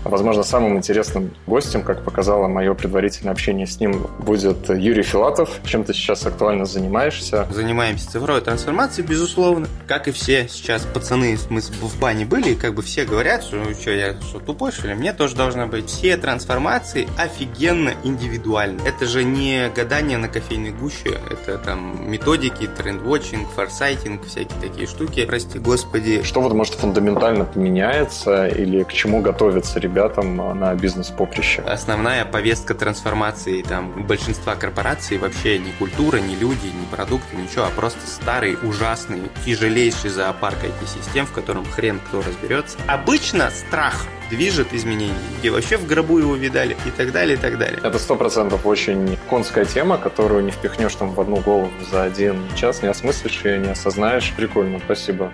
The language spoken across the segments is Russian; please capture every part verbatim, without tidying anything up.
Возможно, самым интересным гостем, как показало мое предварительное общение с ним, будет Юрий Филатов. Чем ты сейчас актуально занимаешься? Занимаемся цифровой трансформацией, безусловно. Как и все сейчас пацаны, мы в бане были, и как бы все говорят, что, что я что, тупой, что ли? Мне тоже должна быть. Все трансформации офигенно индивидуальны. Это же не гадание на кофейной гуще, это там методики, тренд-вотчинг, форсайтинг, всякие такие штуки, прости господи. Что вот может фундаментально поменяется или к чему готовятся ребятам на бизнес-поприще? Основная повестка трансформации там большинства корпораций вообще не культура, не люди, не продукты, ничего, а просто старый, ужасный, тяжелейший зоопарк ай ти-систем, в котором хрен кто разберется. Обычно страх движет изменения, где вообще в гробу его видали и так далее, и так далее. Это сто процентов очень конская тема, которую не впихнешь там в одну голову за один час, не осмыслишь ее, не осознаешь. Прикольно, спасибо.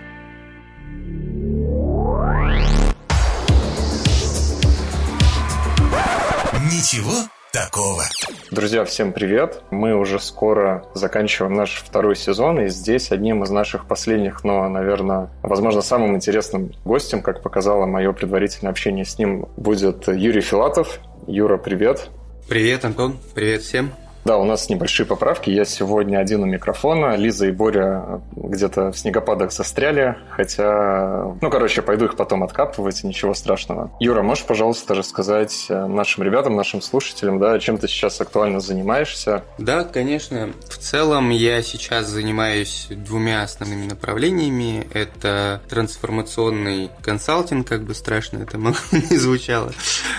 Ничего такого. Друзья, всем привет! Мы уже скоро заканчиваем наш второй сезон, и здесь одним из наших последних, но, наверное, возможно, самым интересным гостем, как показало мое предварительное общение с ним, будет Юрий Филатов. Юра, привет! Привет, Антон! Привет всем! Да, у нас небольшие поправки. Я сегодня один у микрофона. Лиза и Боря где-то в снегопадах застряли. Хотя, ну, короче, пойду их потом откапывать, ничего страшного. Юра, можешь, пожалуйста, рассказать нашим ребятам, нашим слушателям, да, чем ты сейчас актуально занимаешься? Да, конечно. В целом я сейчас занимаюсь двумя основными направлениями. Это трансформационный консалтинг, как бы страшно это не звучало.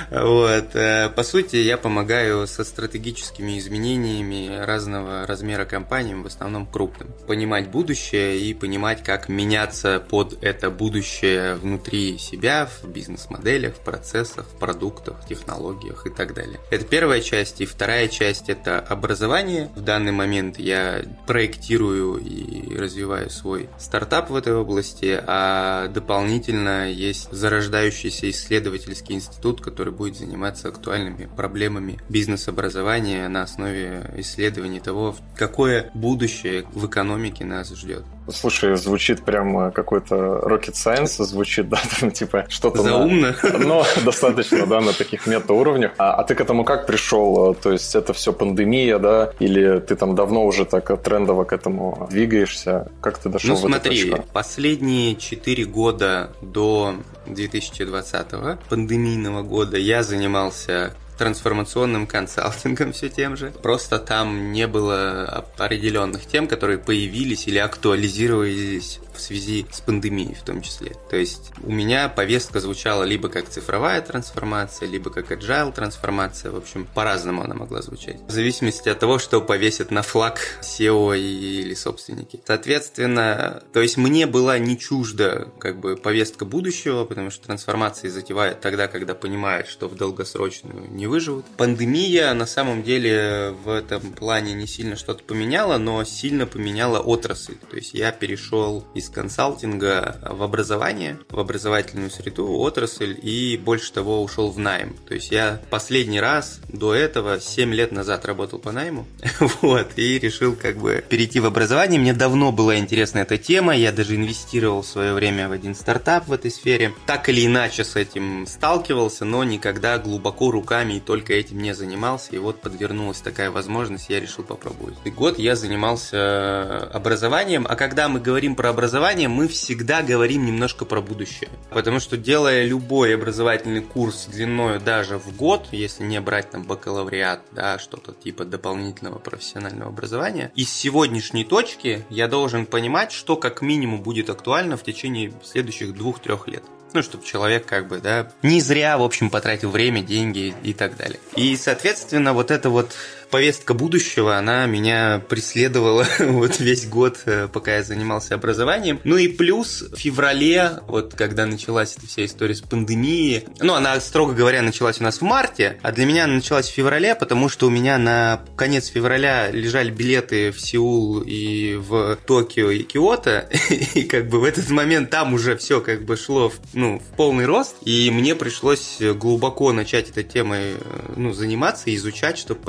Вот. По сути, я помогаю со стратегическими изменениями разного размера компаниям, в основном крупным. Понимать будущее и понимать, как меняться под это будущее внутри себя, в бизнес-моделях, в процессах, в продуктах, в технологиях и так далее. Это первая часть. И вторая часть – это образование. В данный момент я проектирую и развиваю свой стартап в этой области, а дополнительно есть зарождающийся исследовательский институт, который будет заниматься актуальными проблемами бизнес-образования на основе исследований того, какое будущее в экономике нас ждет. Слушай, звучит прям какой-то rocket science, звучит, да, там типа что-то... Заумно. На... Ну, достаточно, да, на таких метауровнях. А, а ты к этому как пришел? То есть это все пандемия, да? Или ты там давно уже так трендово к этому двигаешься? Как ты дошел ну, в эту смотри, точку? Последние четыре года до две тысячи двадцатого, пандемийного года, я занимался трансформационным консалтингом все тем же. Просто там не было определенных тем, которые появились или актуализировались в связи с пандемией в том числе. То есть у меня повестка звучала либо как цифровая трансформация, либо как agile трансформация. В общем, по-разному она могла звучать. В зависимости от того, что повесят на флаг сео или собственники. Соответственно, то есть мне была не чужда как бы повестка будущего, потому что трансформации затевают тогда, когда понимают, что в долгосрочную не выживут. Пандемия на самом деле в этом плане не сильно что-то поменяла, но сильно поменяла отрасль. То есть я перешел из консалтинга в образование, в образовательную среду, отрасль, и больше того ушел в найм. То есть я последний раз до этого семь лет назад работал по найму, вот, и решил как бы перейти в образование. Мне давно была интересна эта тема, я даже инвестировал в свое время в один стартап в этой сфере. Так или иначе с этим сталкивался, но никогда глубоко руками и только этим не занимался, и вот подвернулась такая возможность, я решил попробовать. И год я занимался образованием, а когда мы говорим про образование, мы всегда говорим немножко про будущее. Потому что делая любой образовательный курс длиною даже в год, если не брать там бакалавриат, да, что-то типа дополнительного профессионального образования, из сегодняшней точки я должен понимать, что как минимум будет актуально в течение следующих двух-трех лет. Ну, чтобы человек как бы, да, не зря, в общем, потратил время, деньги и так далее. И, соответственно, вот это вот повестка будущего, она меня преследовала вот весь год, пока я занимался образованием. Ну и плюс в феврале, вот когда началась эта вся история с пандемией, ну, она, строго говоря, началась у нас в марте, а для меня она началась в феврале, потому что у меня на конец февраля лежали билеты в Сеул и в Токио и Киото, и как бы в этот момент там уже все как бы шло в, ну, в полный рост, и мне пришлось глубоко начать этой темой, ну, заниматься и изучать, чтобы понять реально,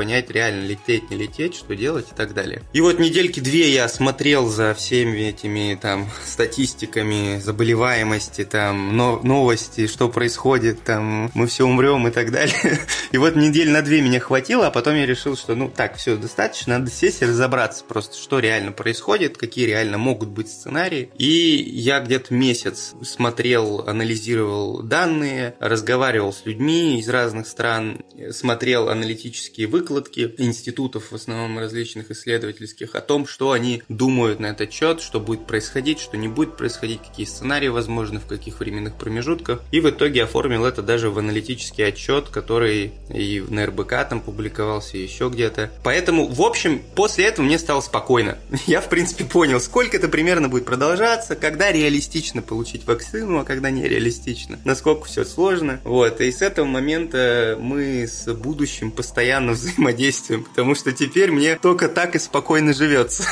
реально лететь, не лететь, что делать и так далее. И вот недельки две я смотрел за всеми этими там статистиками заболеваемости, там новости, что происходит, там мы все умрем и так далее. И вот недель на две меня хватило, а потом я решил, что ну так, все, достаточно, надо сесть и разобраться просто, что реально происходит, какие реально могут быть сценарии. И я где-то месяц смотрел, анализировал данные, разговаривал с людьми из разных стран, смотрел аналитические выкладки институтов, в основном различных исследовательских, о том, что они думают на этот счет, что будет происходить, что не будет происходить, какие сценарии возможны, в каких временных промежутках. И в итоге оформил это даже в аналитический отчет, который и на эр бэ ка там публиковался, и еще где-то. Поэтому, в общем, после этого мне стало спокойно. Я, в принципе, понял, сколько это примерно будет продолжаться, когда реалистично получить вакцину, а когда нереалистично, насколько все сложно. Вот. И с этого момента мы с будущим постоянно взаимодействуем, потому что теперь мне только так и спокойно живется,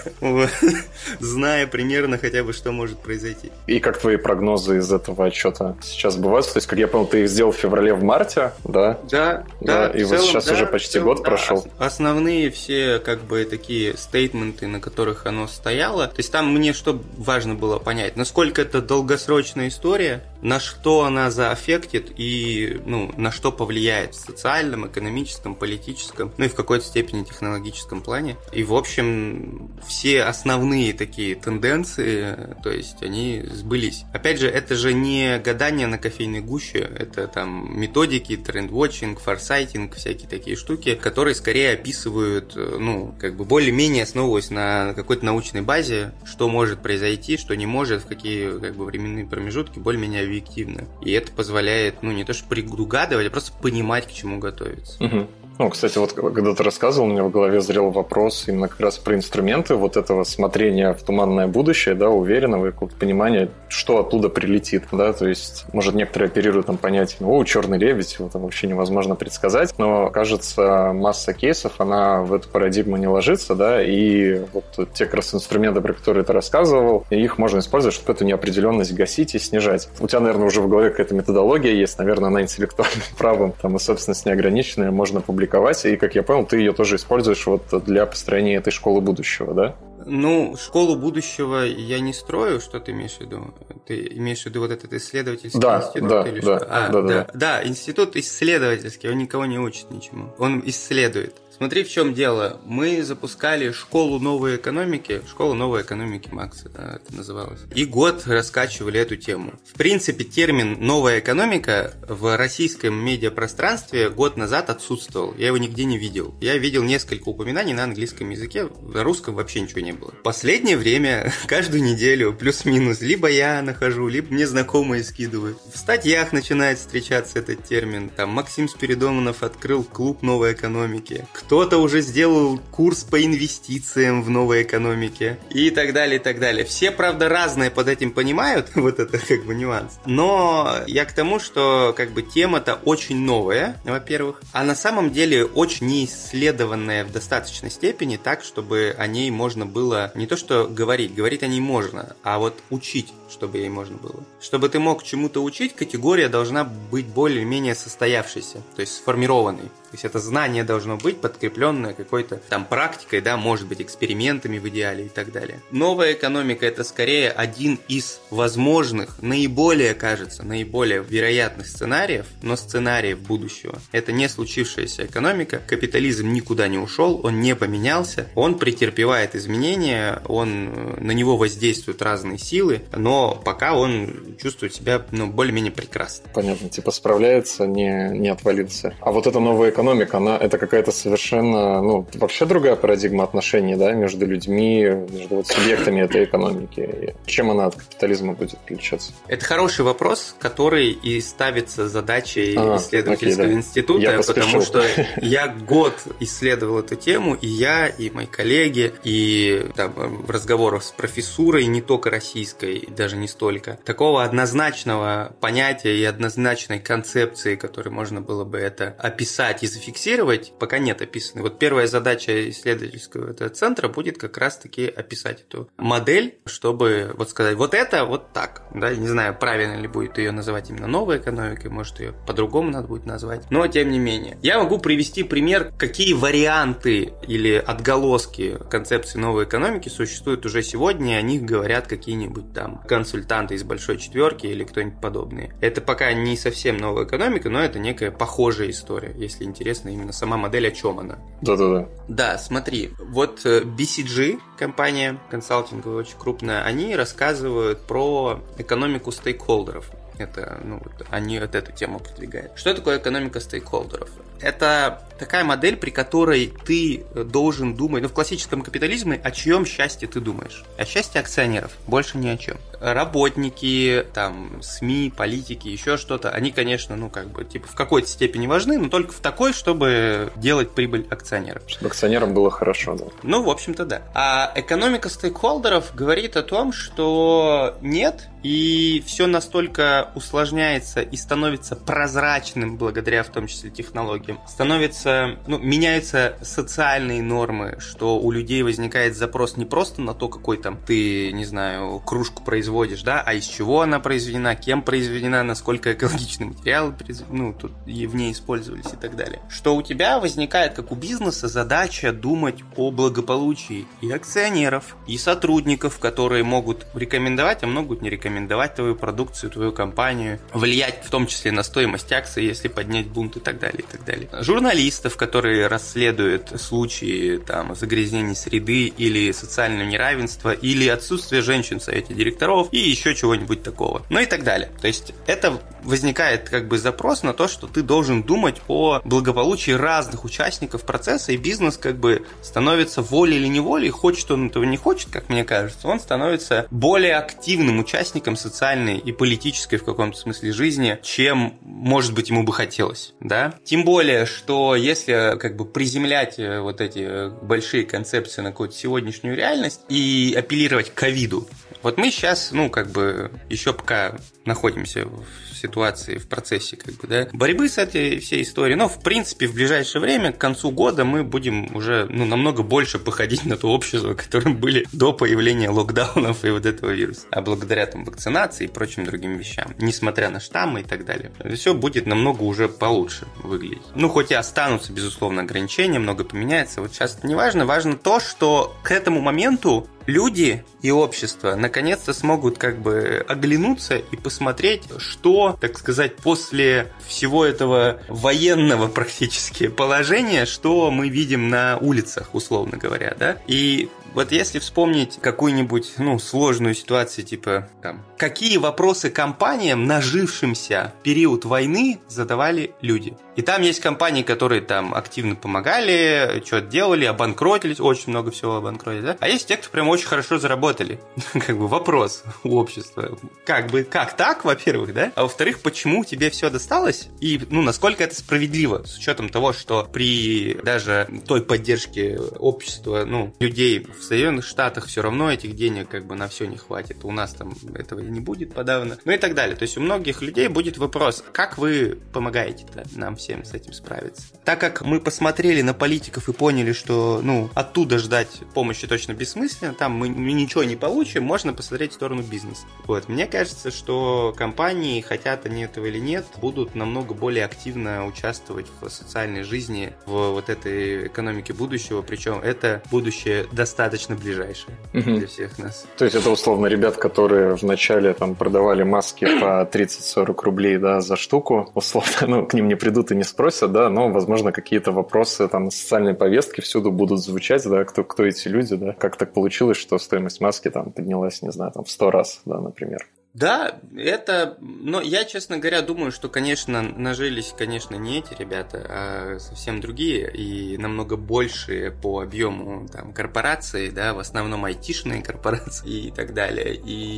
зная примерно хотя бы, что может произойти. И как твои прогнозы из этого отчета сейчас бывают? То есть, как я понял, ты их сделал в феврале, в марте, да? Да, да. И вот сейчас уже почти год прошел. Основные все как бы такие стейтменты, на которых оно стояло. То есть там мне что важно было понять, насколько это долгосрочная история, на что она зааффектит и ну, на что повлияет в социальном, экономическом, политическом, ну и в какой-то степени технологическом плане. И, в общем, все основные такие тенденции, то есть они сбылись. Опять же, это же не гадание на кофейной гуще, это там методики, тренд-вотчинг, форсайтинг, всякие такие штуки, которые скорее описывают, ну, как бы более-менее основываясь на какой-то научной базе, что может произойти, что не может, в какие как бы временные промежутки, более-менее объективно. И это позволяет, ну, не то что предугадывать, а просто понимать, к чему готовиться. Угу. Ну, кстати, вот когда ты рассказывал, у меня в голове зрел вопрос именно как раз про инструменты вот этого смотрения в туманное будущее, да, уверенного и какого-то понимания, что оттуда прилетит, да, то есть, может, некоторые оперируют там понятием, о, черный лебедь, его там вообще невозможно предсказать, но, кажется, масса кейсов, она в эту парадигму не ложится, да, и вот те как раз инструменты, про которые ты рассказывал, их можно использовать, чтобы эту неопределенность гасить и снижать. У тебя, наверное, уже в голове какая-то методология есть, наверное, она интеллектуальным правом, там, и собственность неограниченная, можно публиковать. И, как я понял, ты ее тоже используешь вот для построения этой школы будущего, да? Ну, школу будущего я не строю, что ты имеешь в виду? Ты имеешь в виду вот этот исследовательский да, институт да, или да, что? А, да, да, да, да. Да, институт исследовательский, он никого не учит ничему. Он исследует. Смотри, в чем дело. Мы запускали школу новой экономики, школу новой экономики Макса, да, это называлось. И год раскачивали эту тему. В принципе, термин «новая экономика» в российском медиапространстве год назад отсутствовал. Я его нигде не видел. Я видел несколько упоминаний на английском языке, на русском вообще ничего не было. В последнее время, каждую неделю, плюс-минус, либо я нахожу, либо мне знакомые скидывают. В статьях начинает встречаться этот термин. Там Максим Спиридонов открыл клуб новой экономики. Кто-то уже сделал курс по инвестициям в новой экономике и так далее, и так далее. Все, правда, разные под этим понимают, вот это как бы нюанс. Но я к тому, что как бы тема-то очень новая, во-первых, а на самом деле очень неисследованная в достаточной степени так, чтобы о ней можно было не то что говорить, говорить о ней можно, а вот учить, чтобы ей можно было. Чтобы ты мог чему-то учить, категория должна быть более-менее состоявшейся, то есть сформированной. То есть это знание должно быть подкрепленное какой-то там практикой, да, может быть, экспериментами в идеале и так далее. Новая экономика – это скорее один из возможных, наиболее, кажется, наиболее вероятных сценариев, но сценариев будущего. Это не случившаяся экономика, капитализм никуда не ушел, он не поменялся, он претерпевает изменения, он, на него воздействуют разные силы, но пока он чувствует себя, ну, более-менее прекрасно. Понятно, типа справляется, не, не отвалился. А вот эта новая экономика, Экономика, она это какая-то совершенно, ну, вообще другая парадигма отношений, да, между людьми, между вот субъектами этой экономики. Чем она от капитализма будет отличаться? Это хороший вопрос, который и ставится задачей а, исследовательского окей, да. института, я потому что я год исследовал эту тему, и я, и мои коллеги, и там, в разговорах с профессурой, не только российской, даже даже не столько. Такого однозначного понятия и однозначной концепции, которой можно было бы это описать и зафиксировать, пока нет описаны. Вот первая задача исследовательского этого центра будет как раз-таки описать эту модель, чтобы вот сказать, вот это вот так. Да? Не знаю, правильно ли будет ее называть именно новой экономикой, может, ее по-другому надо будет назвать. Но, тем не менее. Я могу привести пример, какие варианты или отголоски концепции новой экономики существуют уже сегодня, и о них говорят какие-нибудь там консультанты из большой четверки или кто-нибудь подобные. Это пока не совсем новая экономика, но это некая похожая история, если интересно именно сама модель, о чем она. Да-да-да. Да, смотри, вот би си джи, компания консалтинговая очень крупная, они рассказывают про экономику стейкхолдеров. Это, ну, вот они вот эту тему продвигают. Что такое экономика стейкхолдеров? Это такая модель, при которой ты должен думать, ну, в классическом капитализме, о чьем счастье ты думаешь? О счастье акционеров, больше ни о чем. Работники, там, СМИ, политики, еще что-то, они, конечно, ну, как бы, типа, в какой-то степени важны, но только в такой, чтобы делать прибыль акционеров. Чтобы акционерам было хорошо, да. Ну, в общем-то, да. А экономика стейкхолдеров говорит о том, что нет, и все настолько усложняется и становится прозрачным благодаря, в том числе, технологиям. Становится, ну, меняются социальные нормы, что у людей возникает запрос не просто на то, какой там ты, не знаю, кружку производишь, да, а из чего она произведена, кем произведена, насколько экологичные материалы, ну, тут в ней использовались и так далее. Что у тебя возникает, как у бизнеса, задача думать о благополучии и акционеров, и сотрудников, которые могут рекомендовать, а могут не рекомендовать твою продукцию, твою компанию, влиять в том числе на стоимость акций, если поднять бунт и так далее, и так далее. Журналистов, которые расследуют случаи там, загрязнений среды или социального неравенства, или отсутствие женщин в совете директоров, и еще чего-нибудь такого. Ну и так далее. То есть это возникает как бы запрос на то, что ты должен думать о благополучии разных участников процесса, и бизнес как бы становится волей или неволей, хочет он этого не хочет, как мне кажется, он становится более активным участником социальной и политической в каком-то смысле жизни, чем, может быть, ему бы хотелось, да? Тем более, что если как бы приземлять вот эти большие концепции на какую-то сегодняшнюю реальность и апеллировать к ковиду, вот мы сейчас, ну, как бы, еще пока находимся в ситуации, в процессе, как бы, да, борьбы с этой всей историей, но, в принципе, в ближайшее время, к концу года, мы будем уже, ну, намного больше походить на то общество, которым были до появления локдаунов и вот этого вируса, а благодаря, там, вакцинации и прочим другим вещам, несмотря на штаммы и так далее, все будет намного уже получше выглядеть. Ну, хоть и останутся, безусловно, ограничения, много поменяется, вот сейчас это не важно, важно то, что к этому моменту люди и общество наконец-то смогут как бы оглянуться и посмотреть, что, так сказать, после всего этого военного практически положения, что мы видим на улицах, условно говоря, да? И вот если вспомнить какую-нибудь, ну, сложную ситуацию, типа, там, какие вопросы компаниям, нажившимся в период войны, задавали люди? И там есть компании, которые там активно помогали, что-то делали, обанкротились, очень много всего обанкротили, да? А есть те, кто прям очень хорошо заработали. Как бы вопрос у общества. Как бы, как так, во-первых, да? А во-вторых, почему тебе все досталось? И, ну, насколько это справедливо, с учетом того, что при даже той поддержке общества, ну, людей в Соединенных Штатах все равно этих денег как бы на все не хватит. У нас там этого не будет подавно. Ну и так далее. То есть у многих людей будет вопрос, как вы помогаете-то нам всем с этим справиться? Так как мы посмотрели на политиков и поняли, что, ну, оттуда ждать помощи точно бессмысленно, там мы ничего не получим, можно посмотреть в сторону бизнеса. Вот. Мне кажется, что компании, хотят они этого или нет, будут намного более активно участвовать в социальной жизни, в вот этой экономике будущего, причем это будущее достаточно ближайшее угу. для всех нас. То есть это условно ребят, которые вначале там продавали маски по тридцать-сорок рублей, да, за штуку, условно, ну, к ним не придут и не спросят, да, но, возможно, какие-то вопросы там социальной повестки всюду будут звучать, да, кто, кто эти люди, да, как так получилось, что стоимость маски там поднялась, не знаю, там в сто раз, да, например. Да, это, но я, честно говоря, думаю, что, конечно, нажились, конечно, не эти ребята, а совсем другие и намного большие по объему там корпорации, да, в основном айтишные корпорации и так далее.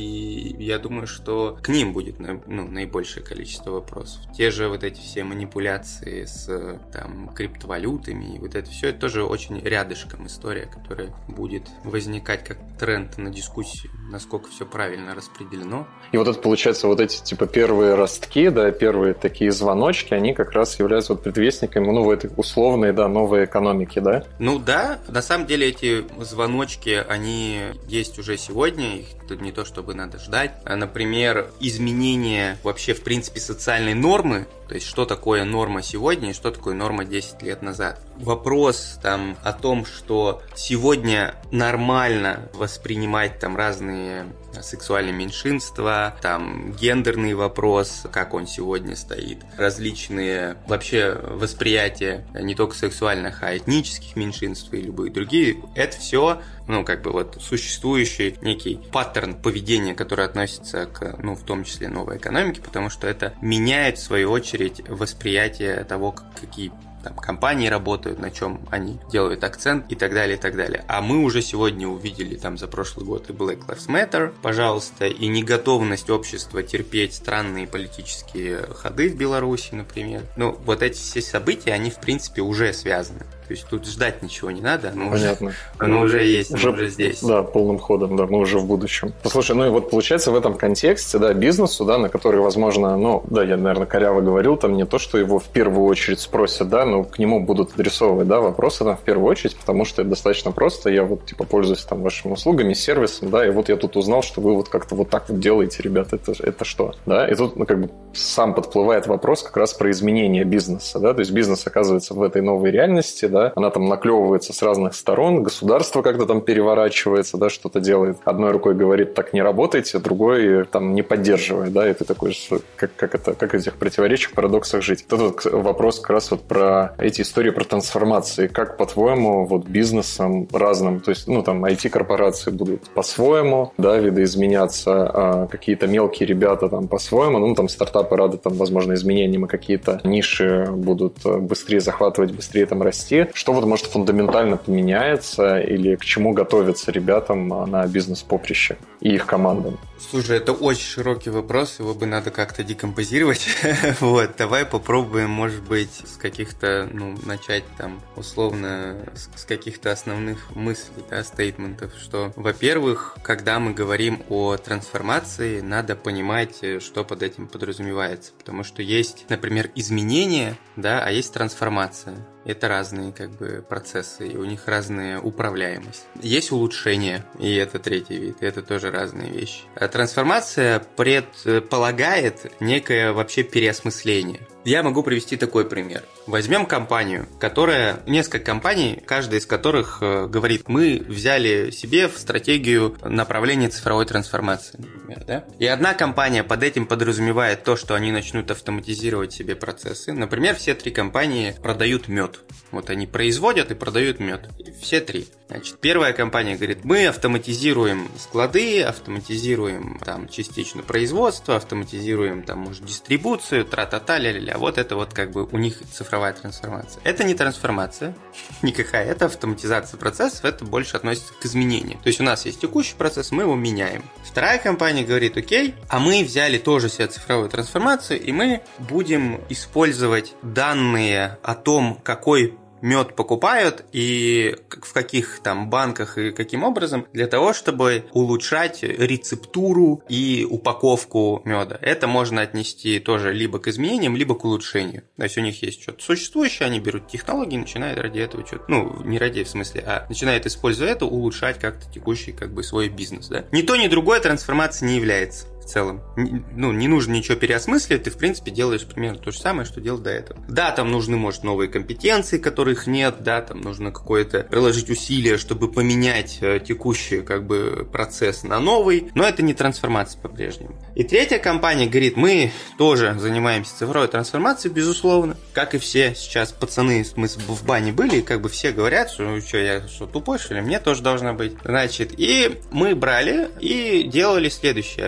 И я думаю, что к ним будет, ну, наибольшее количество вопросов. Те же вот эти все манипуляции с там криптовалютами и вот это все, это тоже очень рядышком история, которая будет возникать как тренд на дискуссию, насколько все правильно распределено. И вот это, получается, вот эти, типа, первые ростки, да, первые такие звоночки, они как раз являются вот предвестниками, ну, этой условной, да, новой экономики, да? Ну да, на самом деле эти звоночки, они есть уже сегодня, их тут не то, чтобы надо ждать. Например, изменение вообще, в принципе, социальной нормы, то есть, что такое норма сегодня и что такое норма десять лет назад. Вопрос там о том, что сегодня нормально воспринимать там разные сексуальные меньшинства, там гендерный вопрос, как он сегодня стоит, различные вообще восприятия не только сексуальных, а этнических меньшинств и любые другие, это все, ну, как бы вот существующий некий паттерн поведения, который относится к, ну, в том числе новой экономике, потому что это меняет, в свою очередь, восприятие того, какие там компании работают, на чем они делают акцент и так далее, и так далее. А мы уже сегодня увидели там за прошлый год и Black Lives Matter, пожалуйста, и неготовность общества терпеть странные политические ходы в Беларуси, например. Ну, вот эти все события, они, в принципе, уже связаны. То есть тут ждать ничего не надо, оно, Понятно. Уже, оно уже есть, уже, оно уже здесь. Да, полным ходом, да, мы уже в будущем. Послушай, ну и вот получается в этом контексте, да, бизнесу, да, на который, возможно, ну, да, я, наверное, коряво говорил, там не то, что его в первую очередь спросят, да, но к нему будут адресовывать, да, вопросы там в первую очередь, потому что это достаточно просто, я вот, типа, пользуюсь там вашими услугами, сервисом, да, и вот я тут узнал, что вы вот как-то вот так вот делаете, ребята, это, это что, да, и тут, ну, как бы сам подплывает вопрос как раз про изменение бизнеса, да, то есть бизнес оказывается в этой новой реальности, да, она там наклевывается с разных сторон, государство как-то там переворачивается, да, что-то делает. Одной рукой говорит, так не работайте, другой там не поддерживает, да, и ты такой, что, как, как это, как в этих противоречиях, парадоксах жить. Тут вот вопрос как раз вот про эти истории про трансформации. Как, по-твоему, вот бизнесом разным, то есть, ну, там, ай ти-корпорации будут по-своему, да, видоизменяться, а какие-то мелкие ребята там по-своему, ну, там, стартапы рады там, возможно, изменениям, и какие-то ниши будут быстрее захватывать, быстрее там расти. Что вот, может, фундаментально поменяется или к чему готовятся ребятам на бизнес-поприще и их командам? Слушай, это очень широкий вопрос, его бы надо как-то декомпозировать. Вот, давай попробуем, может быть, с каких-то, ну, начать там, условно, с, с каких-то основных мыслей, да, стейтментов, что, во-первых, когда мы говорим о трансформации, надо понимать, что под этим подразумевается, потому что есть, например, изменения, да, а есть трансформация. Это разные как бы процессы, и у них разная управляемость. Есть улучшение, и это третий вид, и это тоже разные вещи. А трансформация предполагает некое вообще переосмысление. Я могу привести такой пример. Возьмем компанию, которая, несколько компаний, каждая из которых э, говорит, мы взяли себе в стратегию направления цифровой трансформации, например, да? И одна компания под этим подразумевает то, что они начнут автоматизировать себе процессы. Например, все три компании продают мед. Вот они производят и продают мед. Все три. Значит, первая компания говорит, мы автоматизируем склады, автоматизируем там частично производство, автоматизируем там, может, дистрибуцию, тра-та-та, ля-ля-ля. Вот это вот как бы у них цифровая трансформация. Это не трансформация никакая, это автоматизация процессов, это больше относится к изменению. То есть у нас есть текущий процесс, мы его меняем. Вторая компания говорит, окей, а мы взяли тоже себе цифровую трансформацию, и мы будем использовать данные о том, какой мед покупают и в каких там банках и каким образом, для того, чтобы улучшать рецептуру и упаковку меда. Это можно отнести тоже либо к изменениям, либо к улучшению. То есть у них есть что-то существующее, они берут технологии и начинают ради этого что-то, ну, не ради в смысле, а начинают, используя это, улучшать как-то текущий как бы свой бизнес. Да? Ни то, ни другое трансформацией не является. В целом. Ну, не нужно ничего переосмысливать, ты, в принципе, делаешь примерно то же самое, что делал до этого. Да, там нужны, может, новые компетенции, которых нет, да, там нужно какое-то приложить усилие, чтобы поменять текущий, как бы, процесс на новый, но это не трансформация по-прежнему. И третья компания говорит, мы тоже занимаемся цифровой трансформацией, безусловно, как и все сейчас пацаны, мы в бане были, и как бы все говорят, что, что я что, тупой, что ли, мне тоже должна быть. Значит, и мы брали и делали следующее, значит,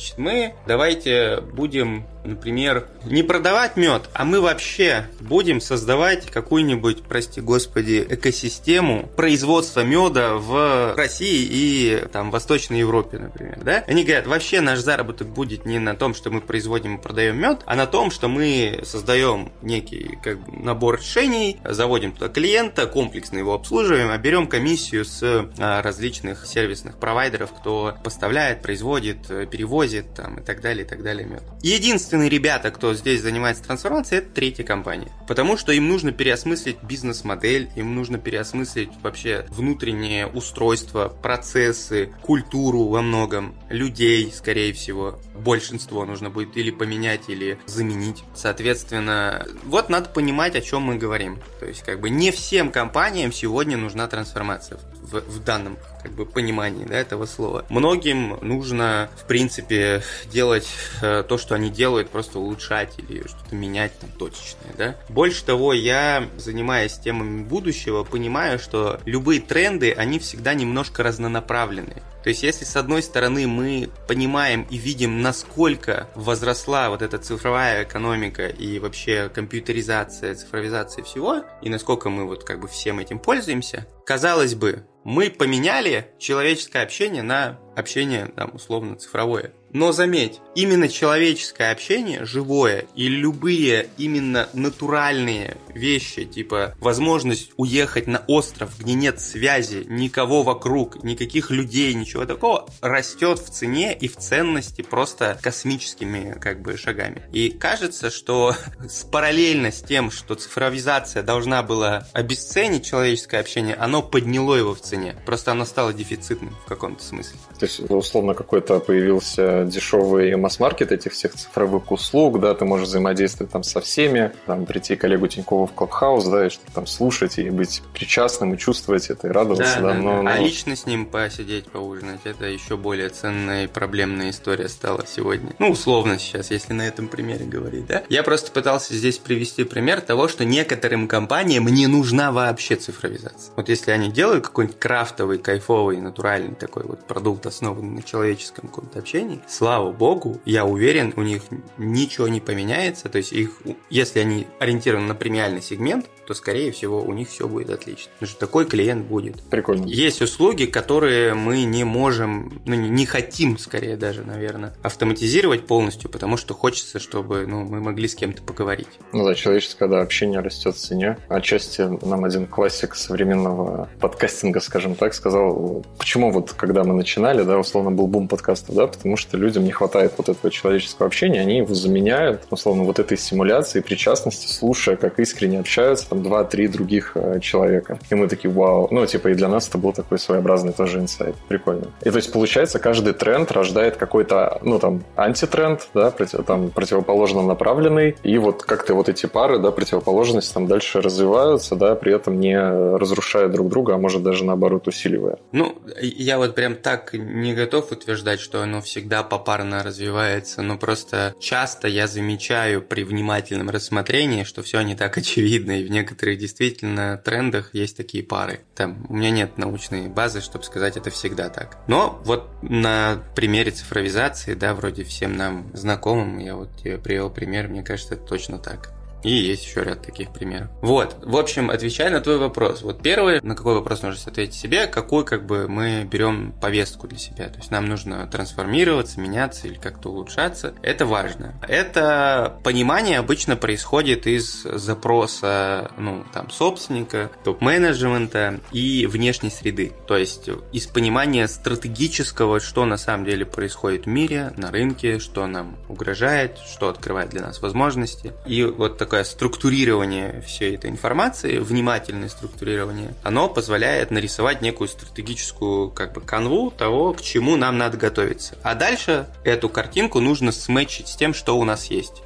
Значит, мы давайте будем, например, не продавать мед, а мы вообще будем создавать какую-нибудь, прости господи, экосистему производства меда в России и там в Восточной Европе, например, да? Они говорят, вообще наш заработок будет не на том, что мы производим и продаем мед, а на том, что мы создаем некий как бы, набор решений, заводим туда клиента, комплексно его обслуживаем, а берем комиссию с а, различных сервисных провайдеров, кто поставляет, производит, перевозит там, и так далее, и так далее мед. Единственные ребята, кто здесь занимается трансформацией, это третья компания. Потому что им нужно переосмыслить бизнес-модель, им нужно переосмыслить вообще внутреннее устройство, процессы, культуру во многом, людей, скорее всего. Большинство нужно будет или поменять, или заменить. Соответственно, вот надо понимать, о чем мы говорим. То есть, как бы не всем компаниям сегодня нужна трансформация в, в данном как бы понимании, да, этого слова. Многим нужно, в принципе, делать э, то, что они делают, просто улучшать или что-то менять там точечное, да. Больше того, я, занимаясь темами будущего, понимаю, что любые тренды, они всегда немножко разнонаправленные. То есть, если с одной стороны мы понимаем и видим, насколько возросла вот эта цифровая экономика и вообще компьютеризация, цифровизация всего, и насколько мы вот как бы всем этим пользуемся, казалось бы, мы поменяли человеческое общение на общение, там, условно, цифровое. Но заметь, именно человеческое общение, живое, и любые именно натуральные вещи, типа возможность уехать на остров, где нет связи, никого вокруг, никаких людей, ничего такого, растет в цене и в ценности просто космическими как бы шагами. И кажется, что параллельно с тем, что цифровизация должна была обесценить человеческое общение, оно подняло его в цене. Просто оно стало дефицитным в каком-то смысле. То есть, условно, какой-то появился дешевый масс-маркет этих всех цифровых услуг, да, ты можешь взаимодействовать там со всеми, там, прийти к Олегу Тинькову в Клабхаус, да, и что-то там слушать, и быть причастным, и чувствовать это, и радоваться, да. да, да, но, да. но... А лично с ним посидеть, поужинать, это еще более ценная и проблемная история стала сегодня. Ну, условно сейчас, если на этом примере говорить, да. Я просто пытался здесь привести пример того, что некоторым компаниям не нужна вообще цифровизация. Вот если они делают какой-нибудь крафтовый, кайфовый, натуральный такой вот продукт, основанный на человеческом каком-то общении, слава богу, я уверен, у них ничего не поменяется, то есть их, если они ориентированы на премиальный сегмент, то, скорее всего, у них все будет отлично. Потому что такой клиент будет. Прикольно. Есть услуги, которые мы не можем, ну, не хотим, скорее даже, наверное, автоматизировать полностью, потому что хочется, чтобы ну, мы могли с кем-то поговорить. Ну да, человеческое да, общение растет в цене. Отчасти нам один классик современного подкастинга, скажем так, сказал, почему вот когда мы начинали, да, условно был бум подкастов, да, потому что людям не хватает вот этого человеческого общения, они его заменяют, условно, вот этой симуляции, причастности, слушая, как искренне общаются там два-три других э, человека. И мы такие, вау. Ну, типа, и для нас это был такой своеобразный тоже инсайт. Прикольно. И то есть, получается, каждый тренд рождает какой-то, ну, там, антитренд, да, против, там, противоположно направленный, и вот как-то вот эти пары, да, противоположности там дальше развиваются, да, при этом не разрушая друг друга, а может даже наоборот усиливая. Ну, я вот прям так не готов утверждать, что оно всегда попарно развивается, но просто часто я замечаю при внимательном рассмотрении, что все не так очевидно, и в некоторых действительно трендах есть такие пары. Там у меня нет научной базы, чтобы сказать, это всегда так. Но вот на примере цифровизации, да, вроде всем нам знакомым, я вот тебе привел пример, мне кажется, это точно так. И есть еще ряд таких примеров. Вот, в общем, отвечая на твой вопрос. Вот первый, на какой вопрос нужно ответить себе, какой как бы мы берем повестку для себя. То есть нам нужно трансформироваться, меняться или как-то улучшаться. Это важно. Это понимание обычно происходит из запроса, ну, там, собственника, топ-менеджмента и внешней среды. То есть из понимания стратегического, что на самом деле происходит в мире, на рынке, что нам угрожает, что открывает для нас возможности. И вот такой структурирование всей этой информации, внимательное структурирование, оно позволяет нарисовать некую стратегическую как бы канву того, к чему нам надо готовиться. А дальше эту картинку нужно сметчить с тем, что у нас есть.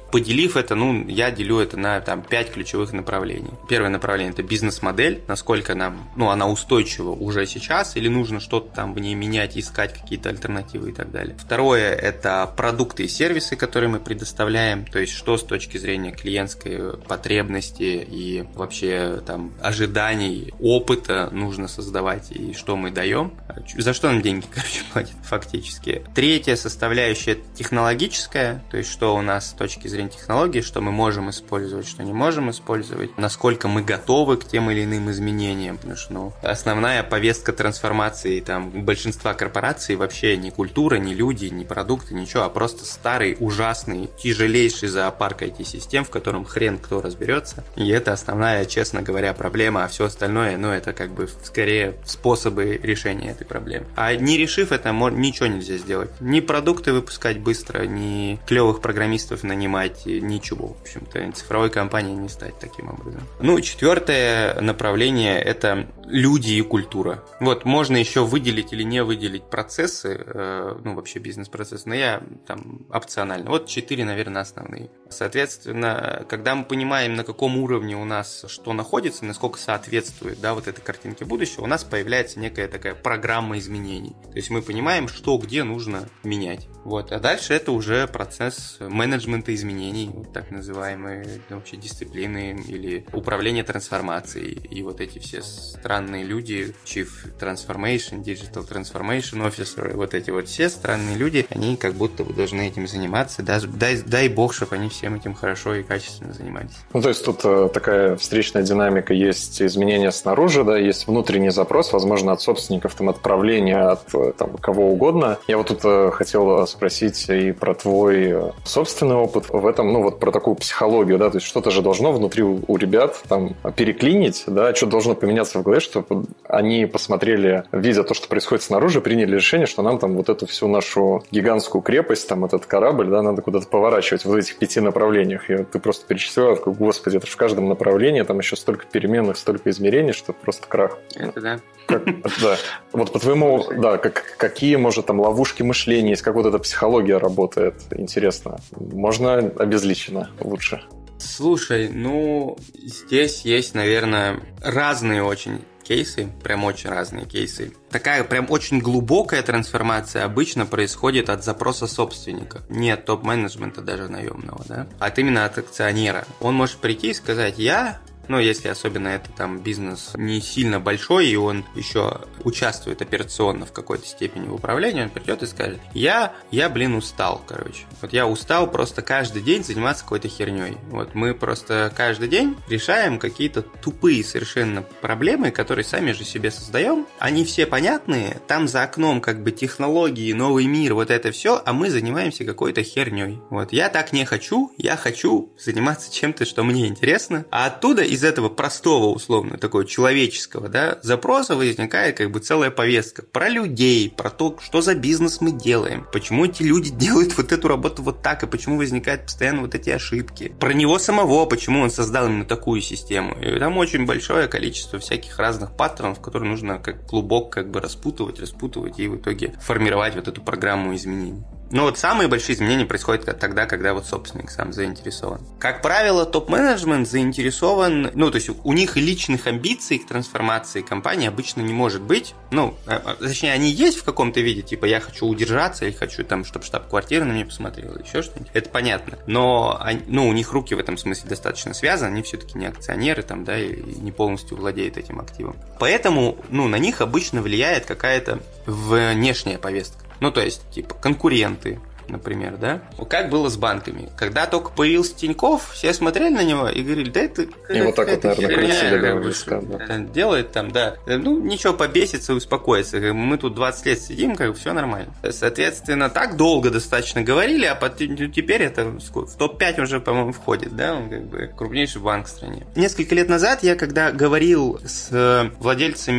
Поделив это, ну, я делю это на там пять ключевых направлений. Первое направление – это бизнес-модель, насколько нам, ну, она устойчива уже сейчас, или нужно что-то там в ней менять, искать какие-то альтернативы и так далее. Второе – это продукты и сервисы, которые мы предоставляем, то есть что с точки зрения клиентской потребности и вообще там ожиданий, опыта нужно создавать и что мы даем, за что нам деньги, короче, платят фактически. Третья составляющая – технологическая, то есть что у нас с точки зрения технологии, что мы можем использовать, что не можем использовать, насколько мы готовы к тем или иным изменениям, потому что ну, основная повестка трансформации там, большинства корпораций вообще не культура, не люди, не продукты, ничего, а просто старый, ужасный, тяжелейший зоопарк ай ти-систем, в котором хрен кто разберется, и это основная, честно говоря, проблема, а все остальное, ну, это как бы скорее способы решения этой проблемы. А не решив это, ничего нельзя сделать. Ни продукты выпускать быстро, ни клевых программистов нанимать, ничего, в общем-то, цифровой компанией не стать таким образом. Ну, четвертое направление – это люди и культура. Вот, можно еще выделить или не выделить процессы, ну, вообще бизнес-процессы, но я там опционально. Вот четыре, наверное, основные. Соответственно, когда мы понимаем, на каком уровне у нас что находится, насколько соответствует, да, вот этой картинке будущего, у нас появляется некая такая программа изменений. То есть мы понимаем, что где нужно менять. Вот. А дальше это уже процесс менеджмента изменений, вот так называемые вообще дисциплины или управление трансформацией. И вот эти все странные люди, Chief Transformation, Digital Transformation Officer, вот эти вот все странные люди, они как будто бы должны этим заниматься. Дай, дай, дай бог, чтобы они всем этим хорошо и качественно занимались. Ну, то есть тут э, такая встречная динамика, есть изменения снаружи, да, есть внутренний запрос, возможно, от собственников, там, отправления, от там, кого угодно. Я вот тут э, хотел спросить и про твой собственный опыт в этом, ну, вот про такую психологию, да, то есть что-то же должно внутри у, у ребят там переклинить, да, что должно поменяться в голове, чтобы они посмотрели, видя то, что происходит снаружи, приняли решение, что нам там вот эту всю нашу гигантскую крепость, там этот корабль, да, надо куда-то поворачивать в этих пяти направлениях. И вот ты просто перечислил, такой, господи, это же в каждом направлении, там еще столько переменных, столько измерений, что просто крах. Это да. Как, да. Вот по твоему, да, как, какие, может, там ловушки мышления есть, как вот эта психология работает, интересно. Можно обезличенно лучше. Слушай, ну, здесь есть, наверное, разные очень кейсы, прям очень разные кейсы. Такая прям очень глубокая трансформация обычно происходит от запроса собственника. Не от топ-менеджмента даже наемного, да, а именно от акционера. Он может прийти и сказать: я... Ну, если особенно это там бизнес не сильно большой, и он еще участвует операционно в какой-то степени в управлении, он придет и скажет: я, я, блин, устал, короче. Вот я устал просто каждый день заниматься какой-то херней. Вот мы просто каждый день решаем какие-то тупые совершенно проблемы, которые сами же себе создаем. Они все понятные, там за окном как бы технологии, новый мир, вот это все, а мы занимаемся какой-то херней. Вот я так не хочу, я хочу заниматься чем-то, что мне интересно, а оттуда из этого простого, условно, такого человеческого, да, запроса возникает как бы целая повестка про людей, про то, что за бизнес мы делаем, почему эти люди делают вот эту работу вот так, и почему возникают постоянно вот эти ошибки, про него самого, почему он создал именно такую систему. И там очень большое количество всяких разных паттернов, которые нужно как клубок как бы распутывать, распутывать и в итоге формировать вот эту программу изменений. Но вот самые большие изменения происходят тогда, когда вот собственник сам заинтересован. Как правило, топ-менеджмент заинтересован, ну, то есть у них личных амбиций к трансформации компании обычно не может быть. Ну, точнее, они есть в каком-то виде, типа я хочу удержаться, или хочу там, чтобы штаб-квартира на меня посмотрела, еще что-нибудь. Это понятно. Но, ну, у них руки в этом смысле достаточно связаны, они все-таки не акционеры там, да, и не полностью владеют этим активом. Поэтому, ну, на них обычно влияет какая-то внешняя повестка. Ну, то есть, типа, конкуренты, например, да? Как было с банками. Когда только появился Тинькофф, все смотрели на него и говорили: да это... И вот так вот, наверное, крутили, да, виска, да. Делает там, да. Ну, ничего, побесится и успокоится. Мы тут двадцать лет сидим, как бы все нормально. Соответственно, так долго достаточно говорили, а потом, теперь это в топ пять уже, по-моему, входит, да? Он как бы крупнейший банк в стране. Несколько лет назад я, когда говорил с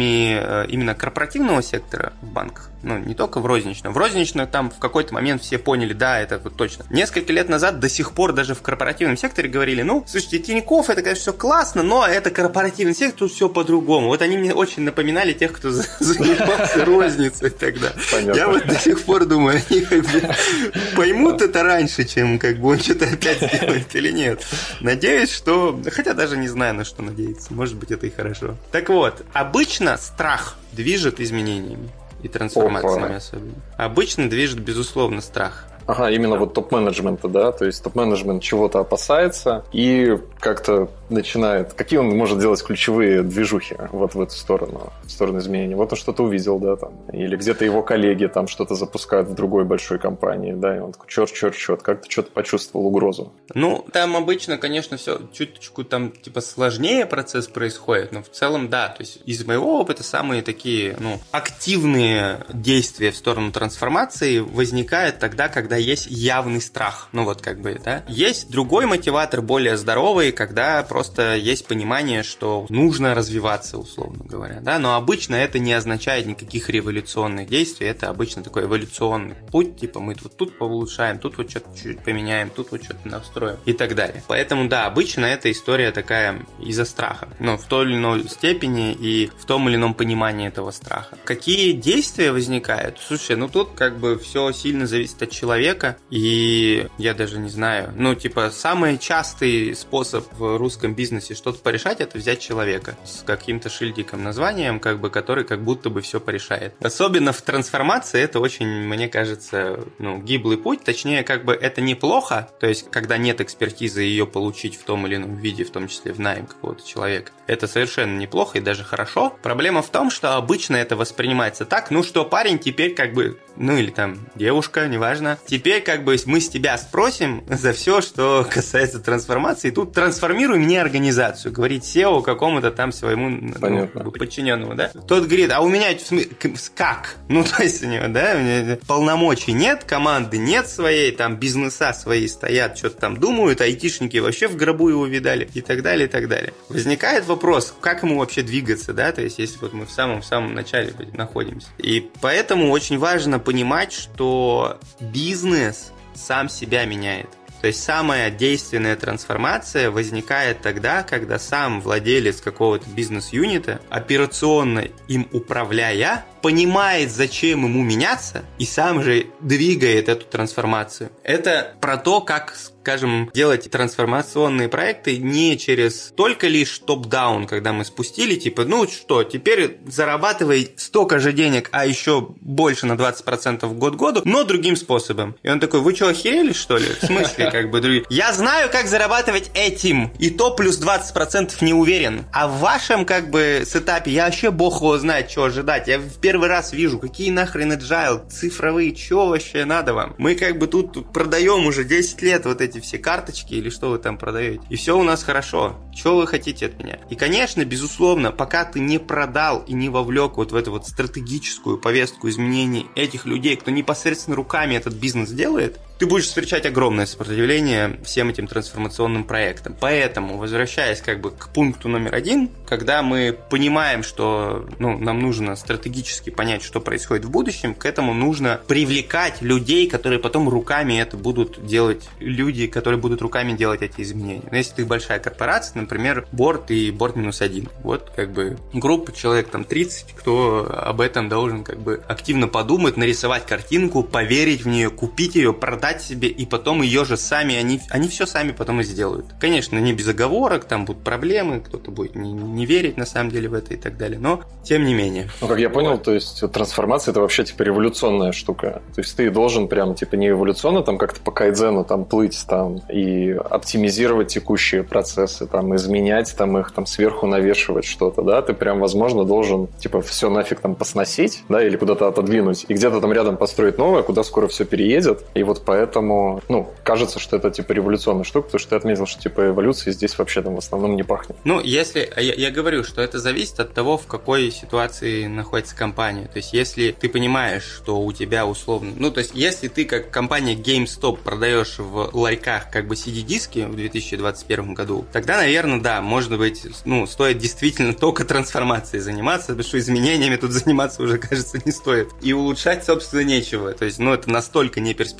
владельцами именно корпоративного сектора в банках, ну, не только в розничном. В розничном там в какой-то момент все поняли, поняли, да, это вот точно. Несколько лет назад до сих пор даже в корпоративном секторе говорили, ну, слушайте, Тинькофф, это, конечно, все классно, но это корпоративный сектор, тут все по-другому. Вот они мне очень напоминали тех, кто занимался розницей тогда. Понятно. Я вот до сих пор думаю, они как бы поймут это раньше, чем как бы он что-то опять сделает или нет. Надеюсь, что... Хотя даже не знаю, на что надеяться. Может быть, это и хорошо. Так вот, обычно страх движет изменениями и трансформациями. Опа. Особенно. Обычно движет, безусловно, страх. Ага, именно вот топ-менеджмента, да, то есть топ-менеджмент чего-то опасается и как-то начинает... Какие он может делать ключевые движухи вот в эту сторону, в сторону изменений? Вот он что-то увидел, да, там, или где-то его коллеги там что-то запускают в другой большой компании, да, и он такой, черт, черт, черт, как-то что-то почувствовал угрозу. Ну, там обычно, конечно, все чуточку там, типа, сложнее процесс происходит, но в целом, да, то есть из моего опыта самые такие, ну, активные действия в сторону трансформации возникают тогда, когда есть явный страх, ну, вот как бы, да. Есть другой мотиватор, более здоровый, когда просто есть понимание, что нужно развиваться, условно говоря, да, но обычно это не означает никаких революционных действий, это обычно такой эволюционный путь, типа мы вот тут улучшаем, тут вот что-то чуть-чуть поменяем, тут вот что-то настроим и так далее. Поэтому, да, обычно эта история такая из-за страха, но в той или иной степени и в том или ином понимании этого страха. Какие действия возникают? Слушай, ну тут как бы все сильно зависит от человека, и я даже не знаю, ну типа самый частый способ в русском бизнесе что-то порешать, это взять человека с каким-то шильдиком, названием, как бы, который как будто бы все порешает. Особенно в трансформации это очень, мне кажется, ну, гиблый путь, точнее, как бы это неплохо, то есть, когда нет экспертизы, ее получить в том или ином виде, в том числе в найм какого-то человека, это совершенно неплохо и даже хорошо. Проблема в том, что обычно это воспринимается так, ну что, парень, теперь как бы, ну или там девушка, неважно, теперь как бы мы с тебя спросим за все, что касается трансформации, тут трансформируй мне организацию, говорит сео какому-то там своему, ну, подчиненному, да? Тот говорит, а у меня как? Ну, то есть у него, да, полномочий нет, команды нет своей, там бизнеса свои стоят, что-то там думают, айтишники вообще в гробу его видали и так далее, и так далее. Возникает вопрос, как ему вообще двигаться, да, то есть если вот мы в самом-самом начале находимся. И поэтому очень важно понимать, что бизнес сам себя меняет. То есть самая действенная трансформация возникает тогда, когда сам владелец какого-то бизнес-юнита, операционно им управляя, понимает, зачем ему меняться, и сам же двигает эту трансформацию. Это про то, как, скажем, делать трансформационные проекты не через только лишь топ-даун, когда мы спустили, типа, ну что, теперь зарабатывай столько же денег, а еще больше на двадцать процентов год году, но другим способом. И он такой, вы что, охерели, что ли? В смысле, как бы, другие? Я знаю, как зарабатывать этим, и то плюс двадцать процентов не уверен. А в вашем, как бы, сетапе я вообще бог его знает, что ожидать. Я в первый раз вижу, какие нахрен agile, цифровые, что вообще надо вам? Мы как бы тут продаем уже десять лет вот эти все карточки или что вы там продаете. И все у нас хорошо. Что вы хотите от меня? И, конечно, безусловно, пока ты не продал и не вовлек вот в эту вот стратегическую повестку изменений этих людей, кто непосредственно руками этот бизнес делает, ты будешь встречать огромное сопротивление всем этим трансформационным проектам. Поэтому, возвращаясь как бы к пункту номер один, когда мы понимаем, что ну, нам нужно стратегически понять, что происходит в будущем, к этому нужно привлекать людей, которые потом руками это будут делать, люди, которые будут руками делать эти изменения. Но если ты большая корпорация, например, борд и борд минус один, вот как бы группа, человек там тридцать, кто об этом должен как бы активно подумать, нарисовать картинку, поверить в нее, купить ее, продать себе, и потом ее же сами, они, они все сами потом и сделают. Конечно, не без оговорок, там будут проблемы, кто-то будет не, не верить на самом деле в это и так далее, но тем не менее. Ну, как я понял, то есть трансформация — это вообще типа революционная штука. То есть ты должен прям типа не эволюционно там как-то по кайдзену там плыть там и оптимизировать текущие процессы, там изменять там их, там сверху навешивать что-то, да? Ты прям, возможно, должен типа все нафиг там посносить, да, или куда-то отодвинуть, и где-то там рядом построить новое, куда скоро все переедет, и вот поэтому Поэтому, ну, кажется, что это, типа, революционная штука, потому что ты отметил, что, типа, эволюции здесь вообще там в основном не пахнет. Ну, если... Я, я говорю, что это зависит от того, в какой ситуации находится компания. То есть, если ты понимаешь, что у тебя условно... Ну, то есть, если ты, как компания GameStop, продаешь в ларьках, как бы, си ди-диски в две тысячи двадцать первом году, тогда, наверное, да, может быть, ну, стоит действительно только трансформацией заниматься, потому что изменениями тут заниматься уже, кажется, не стоит. И улучшать, собственно, нечего. То есть, ну, это настолько неперспективно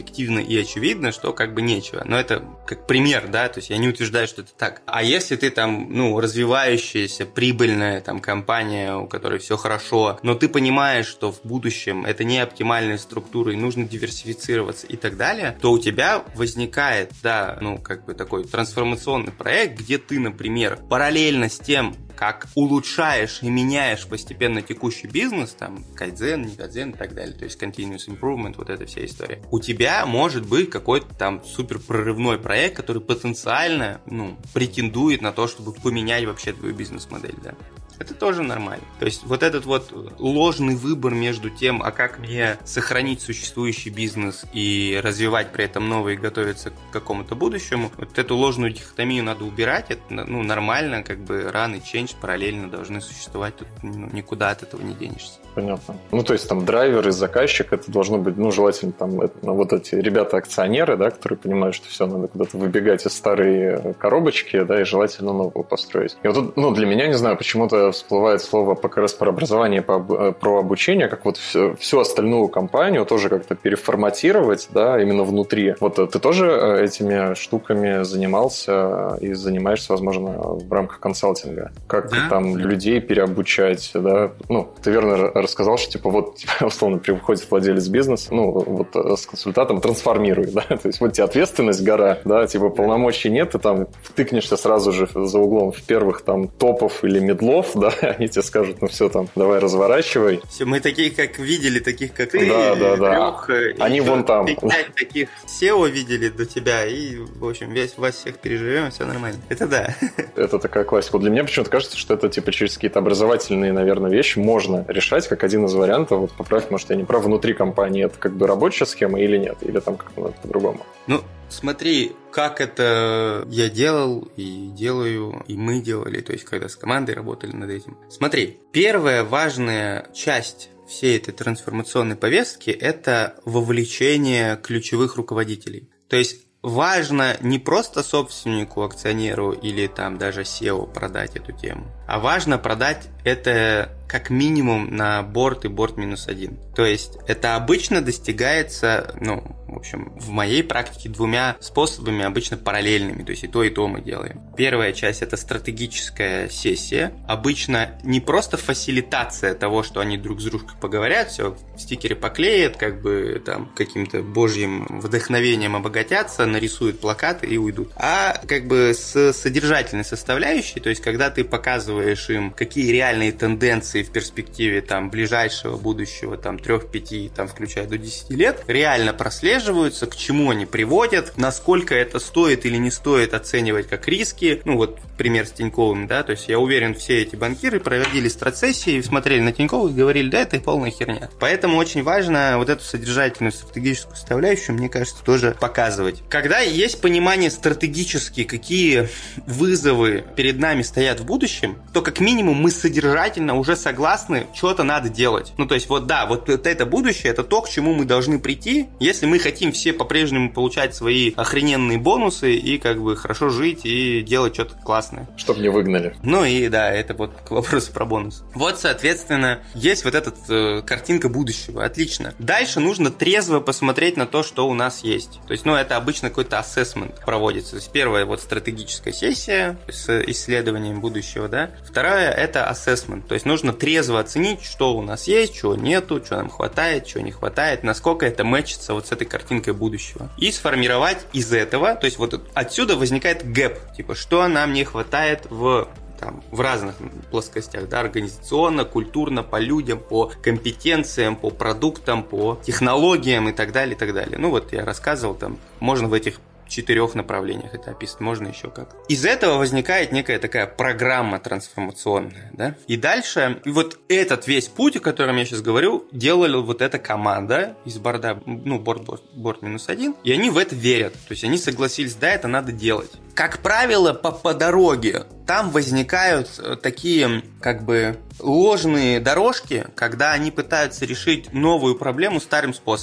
и очевидно, что как бы нечего. Но это как пример, да, то есть я не утверждаю, что это так. А если ты там, ну, развивающаяся, прибыльная там компания, у которой все хорошо, но ты понимаешь, что в будущем это не оптимальная структура и нужно диверсифицироваться и так далее, то у тебя возникает, да, ну, как бы такой трансформационный проект, где ты, например, параллельно с тем, как улучшаешь и меняешь постепенно текущий бизнес, там, кайдзен, не кайдзен и так далее, то есть continuous improvement, вот эта вся история. У тебя может быть какой-то там супер прорывной проект, который потенциально, ну, претендует на то, чтобы поменять вообще твою бизнес-модель, да. Это тоже нормально. То есть вот этот вот ложный выбор между тем, а как мне сохранить существующий бизнес и развивать при этом новый и готовиться к какому-то будущему, вот эту ложную дихотомию надо убирать. Это, ну, нормально, как бы run и change параллельно должны существовать. Тут, ну, никуда от этого не денешься. Понятно. Ну, то есть там драйвер и заказчик, это должно быть, ну, желательно там это, ну, вот эти ребята-акционеры, да, которые понимают, что все, надо куда-то выбегать из старой коробочки, да, и желательно новую построить. И вот тут, ну, для меня, не знаю, почему-то всплывает слово как раз про образование, про обучение, как вот всю, всю остальную компанию тоже как-то переформатировать, да, именно внутри. Вот ты тоже этими штуками занимался и занимаешься, возможно, в рамках консалтинга? Как да? там людей переобучать, да? Ну, ты верно рассказал, что, типа, вот, типа, условно, приходит владелец бизнеса, ну, вот с консультантом трансформирует, да, то есть вот тебе ответственность гора, да, типа, полномочий нет, ты там втыкнешься сразу же за углом в первых там топов или медлов, да, они тебе скажут, ну, все, там, давай разворачивай. Все, мы таких, как видели, таких, как ты, да, да, да. трех, они вон там. Пять таких сео видели до тебя, и, в общем, весь вас всех переживем, все нормально. Это да. Это такая классика. Для меня почему-то кажется, что это, типа, через какие-то образовательные, наверное, вещи можно решать, как один из вариантов. Вот поправь, может, я не прав, внутри компании это как бы рабочая схема или нет? Или там как-то по-другому? Ну, смотри, как это я делал и делаю, и мы делали, то есть когда с командой работали над этим. Смотри, первая важная часть всей этой трансформационной повестки – это вовлечение ключевых руководителей. То есть важно не просто собственнику, акционеру или там даже сео продать эту тему, а важно продать это как минимум на борт и борт минус один. То есть это обычно достигается, ну, в общем, в моей практике двумя способами, обычно параллельными, то есть и то, и то мы делаем. Первая часть – это стратегическая сессия. Обычно не просто фасилитация того, что они друг с дружкой поговорят, все, стикеры поклеят, как бы там каким-то божьим вдохновением обогатятся, нарисуют плакаты и уйдут. А как бы с содержательной составляющей, то есть когда ты показываешь им, какие реальные тенденции в перспективе там ближайшего будущего, там трех-пяти, там включая до десяти лет, реально прослеживаются, к чему они приводят, насколько это стоит или не стоит оценивать как риски. Ну вот пример с Тиньковым, да, то есть я уверен, все эти банкиры проводили стратсессии, смотрели на Тинькова и говорили, да, это полная херня. Поэтому очень важно вот эту содержательную стратегическую составляющую, мне кажется, тоже показывать. Когда есть понимание стратегически, какие вызовы перед нами стоят в будущем, то как минимум мы содержательно уже согласны, что-то надо делать. Ну, то есть, вот да, вот это будущее, это то, к чему мы должны прийти, если мы хотим все по-прежнему получать свои охрененные бонусы и как бы хорошо жить и делать что-то классное. Чтоб не выгнали. Ну и да, это вот к вопросу про бонус. Вот, соответственно, есть вот эта э, картинка будущего. Отлично. Дальше нужно трезво посмотреть на то, что у нас есть. То есть, ну, это обычно какой-то ассессмент проводится. То есть, первая вот стратегическая сессия с исследованием будущего, да. Вторая – это ассессмент. То есть, нужно трезво оценить, что у нас есть, чего нету, что нам хватает, чего не хватает, насколько это мэчится вот с этой картинкой будущего. И сформировать из этого, то есть, вот отсюда возникает гэп. Типа, что нам не хватает в... Там, в разных плоскостях, да, организационно, культурно, по людям, по компетенциям, по продуктам, по технологиям и так далее, и так далее. Ну вот я рассказывал, там можно в этих четырех направлениях это описать, можно еще как. Из этого возникает некая такая программа трансформационная, да, и дальше вот этот весь путь, о котором я сейчас говорю, делала вот эта команда из борда, ну, борт, борт, борт минус один, и они в это верят, то есть они согласились, да, это надо делать. Как правило, по, по дороге там возникают такие, как бы, ложные дорожки, когда они пытаются решить новую проблему старым способом.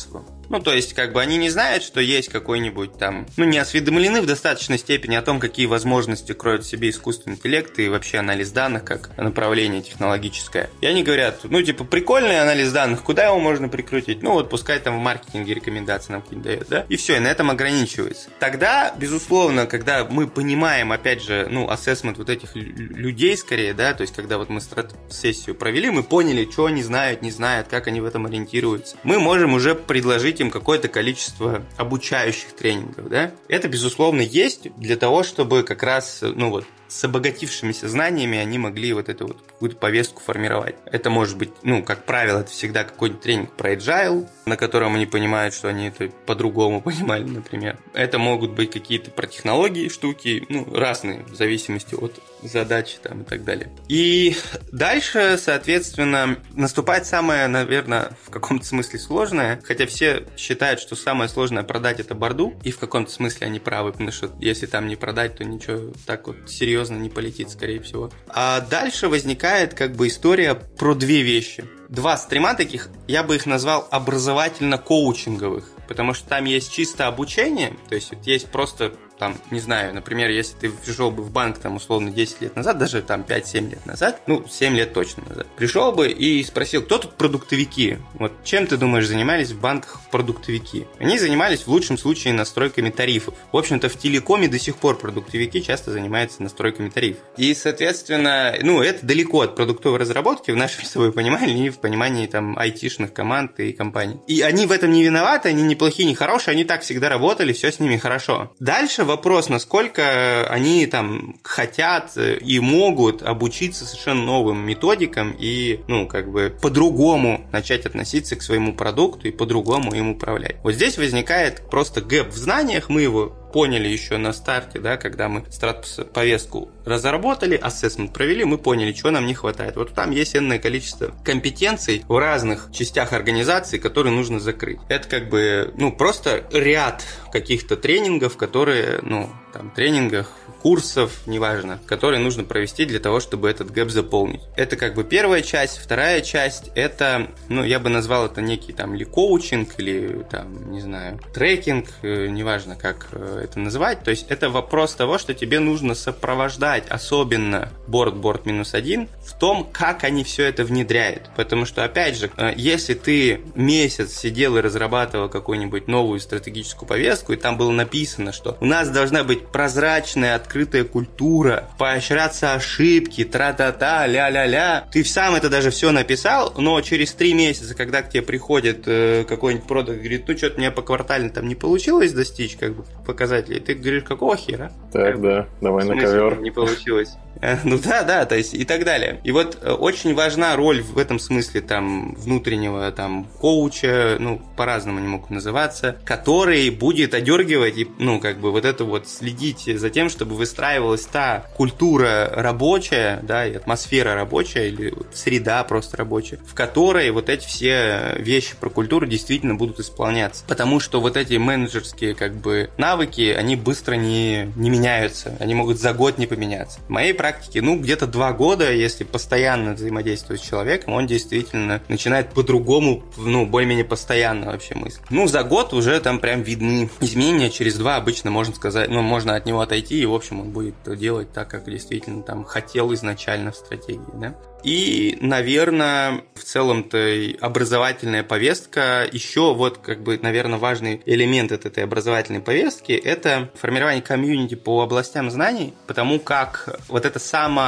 Ну, то есть, как бы они не знают, что есть какой-нибудь там... Ну, не осведомлены в достаточной степени о том, какие возможности кроют в себе искусственный интеллект и вообще анализ данных как направление технологическое. И они говорят, ну, типа, прикольный анализ данных, куда его можно прикрутить? Ну, вот пускай там в маркетинге рекомендации нам какие-то дает, да? И все, и на этом ограничивается. Тогда, безусловно, когда мы понимаем, опять же, ну, ассессмент вот этих людей скорее, да, то есть, когда вот мы сессию провели, мы поняли, что они знают, не знают, как они в этом ориентируются. Мы можем уже предложить им какое-то количество обучающих тренингов, да? Это, безусловно, есть для того, чтобы как раз, ну, вот, с обогатившимися знаниями они могли вот эту вот какую-то повестку формировать. Это может быть, ну, как правило, это всегда какой-нибудь тренинг про agile, на котором они понимают, что они это по-другому понимали, например. Это могут быть какие-то про технологии штуки, ну, разные, в зависимости от задачи там и так далее. И дальше, соответственно, наступает самое, наверное, в каком-то смысле сложное, хотя все считают, что самое сложное продать это борду, и в каком-то смысле они правы, потому что если там не продать, то ничего так вот серьезно не полетит, скорее всего. А дальше возникает как бы история про две вещи. Два стрима таких, я бы их назвал образовательно-коучинговых, потому что там есть чисто обучение, то есть вот есть просто там, не знаю, например, если ты пришел бы в банк, там, условно, десять лет назад, даже там пять-семь лет назад, ну, семь лет точно назад, пришел бы и спросил, кто тут продуктовики? Вот чем, ты думаешь, занимались в банках продуктовики? Они занимались в лучшем случае настройками тарифов. В общем-то, в телекоме до сих пор продуктовики часто занимаются настройками тарифов. И, соответственно, ну, это далеко от продуктовой разработки в нашем с тобой понимании и в понимании там айтишных команд и компаний. И они в этом не виноваты, они не плохие, не хорошие, они так всегда работали, все с ними хорошо. Дальше вопрос, насколько они там хотят и могут обучиться совершенно новым методикам и, ну, как бы по-другому начать относиться к своему продукту и по-другому им управлять. Вот здесь возникает просто гэп в знаниях, мы его поняли еще на старте, да, когда мы стратповестку разработали, ассессмент провели, мы поняли, чего нам не хватает. Вот там есть энное количество компетенций в разных частях организации, которые нужно закрыть. Это как бы, ну, просто ряд каких-то тренингов, которые, ну, там, тренингах, курсов, неважно, которые нужно провести для того, чтобы этот гэп заполнить. Это как бы первая часть. Вторая часть, это, ну, я бы назвал это некий там или коучинг, или там, не знаю, трекинг, э, неважно, как э, это называть. То есть это вопрос того, что тебе нужно сопровождать, особенно борд, борд минус один, в том, как они все это внедряют. Потому что, опять же, э, если ты месяц сидел и разрабатывал какую-нибудь новую стратегическую повестку, и там было написано, что у нас должна быть прозрачная, открытая культура, поощряться ошибки, тра-та-та, ля-ля-ля. Ты сам это даже все написал, но через три месяца, когда к тебе приходит э, какой-нибудь продакт, говорит, ну что-то мне по квартально там не получилось достичь как бы показателей, ты говоришь, какого хера? Так, как да, бы, давай на ковер. Не получилось. Ну да, да, то есть и так далее. И вот очень важна роль в этом смысле там внутреннего там коуча, ну, по-разному они могут называться, который будет одергивать и, ну, как бы вот это вот следить за тем, чтобы выстраивалась та культура рабочая, да, и атмосфера рабочая, или среда просто рабочая, в которой вот эти все вещи про культуру действительно будут исполняться. Потому что вот эти менеджерские как бы навыки, они быстро не, не меняются, они могут за год не поменяться. В моей практике, ну, где-то два года, если постоянно взаимодействовать с человеком, он действительно начинает по-другому, ну, более-менее постоянно вообще мыслить. Ну, за год уже там прям видны изменения, через два обычно можно сказать, ну, можно от него отойти, и, в общем, он будет делать так, как действительно там хотел изначально в стратегии, да. И, наверное, в целом-то образовательная повестка, еще вот, как бы, наверное, важный элемент от этой образовательной повестки – это формирование комьюнити по областям знаний, потому как вот это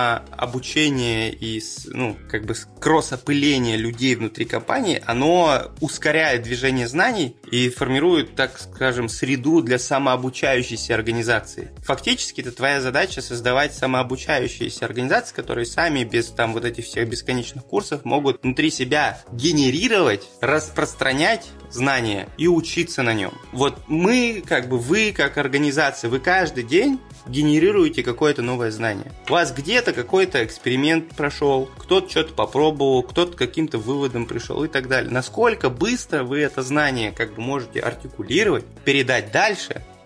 самообучение и, ну, как бы кросс-опыление людей внутри компании, оно ускоряет движение знаний и формирует, так скажем, среду для самообучающейся организации. Фактически, это твоя задача создавать самообучающиеся организации, которые сами без там вот этих всех бесконечных курсов могут внутри себя генерировать, распространять знания и учиться на нем. Вот мы, как бы вы, как организация, вы каждый день генерируете какое-то новое знание. У вас где-то какой-то эксперимент прошел, кто-то что-то попробовал, кто-то каким-то выводом пришел и так далее. Насколько быстро вы это знание как бы можете артикулировать, передать дальше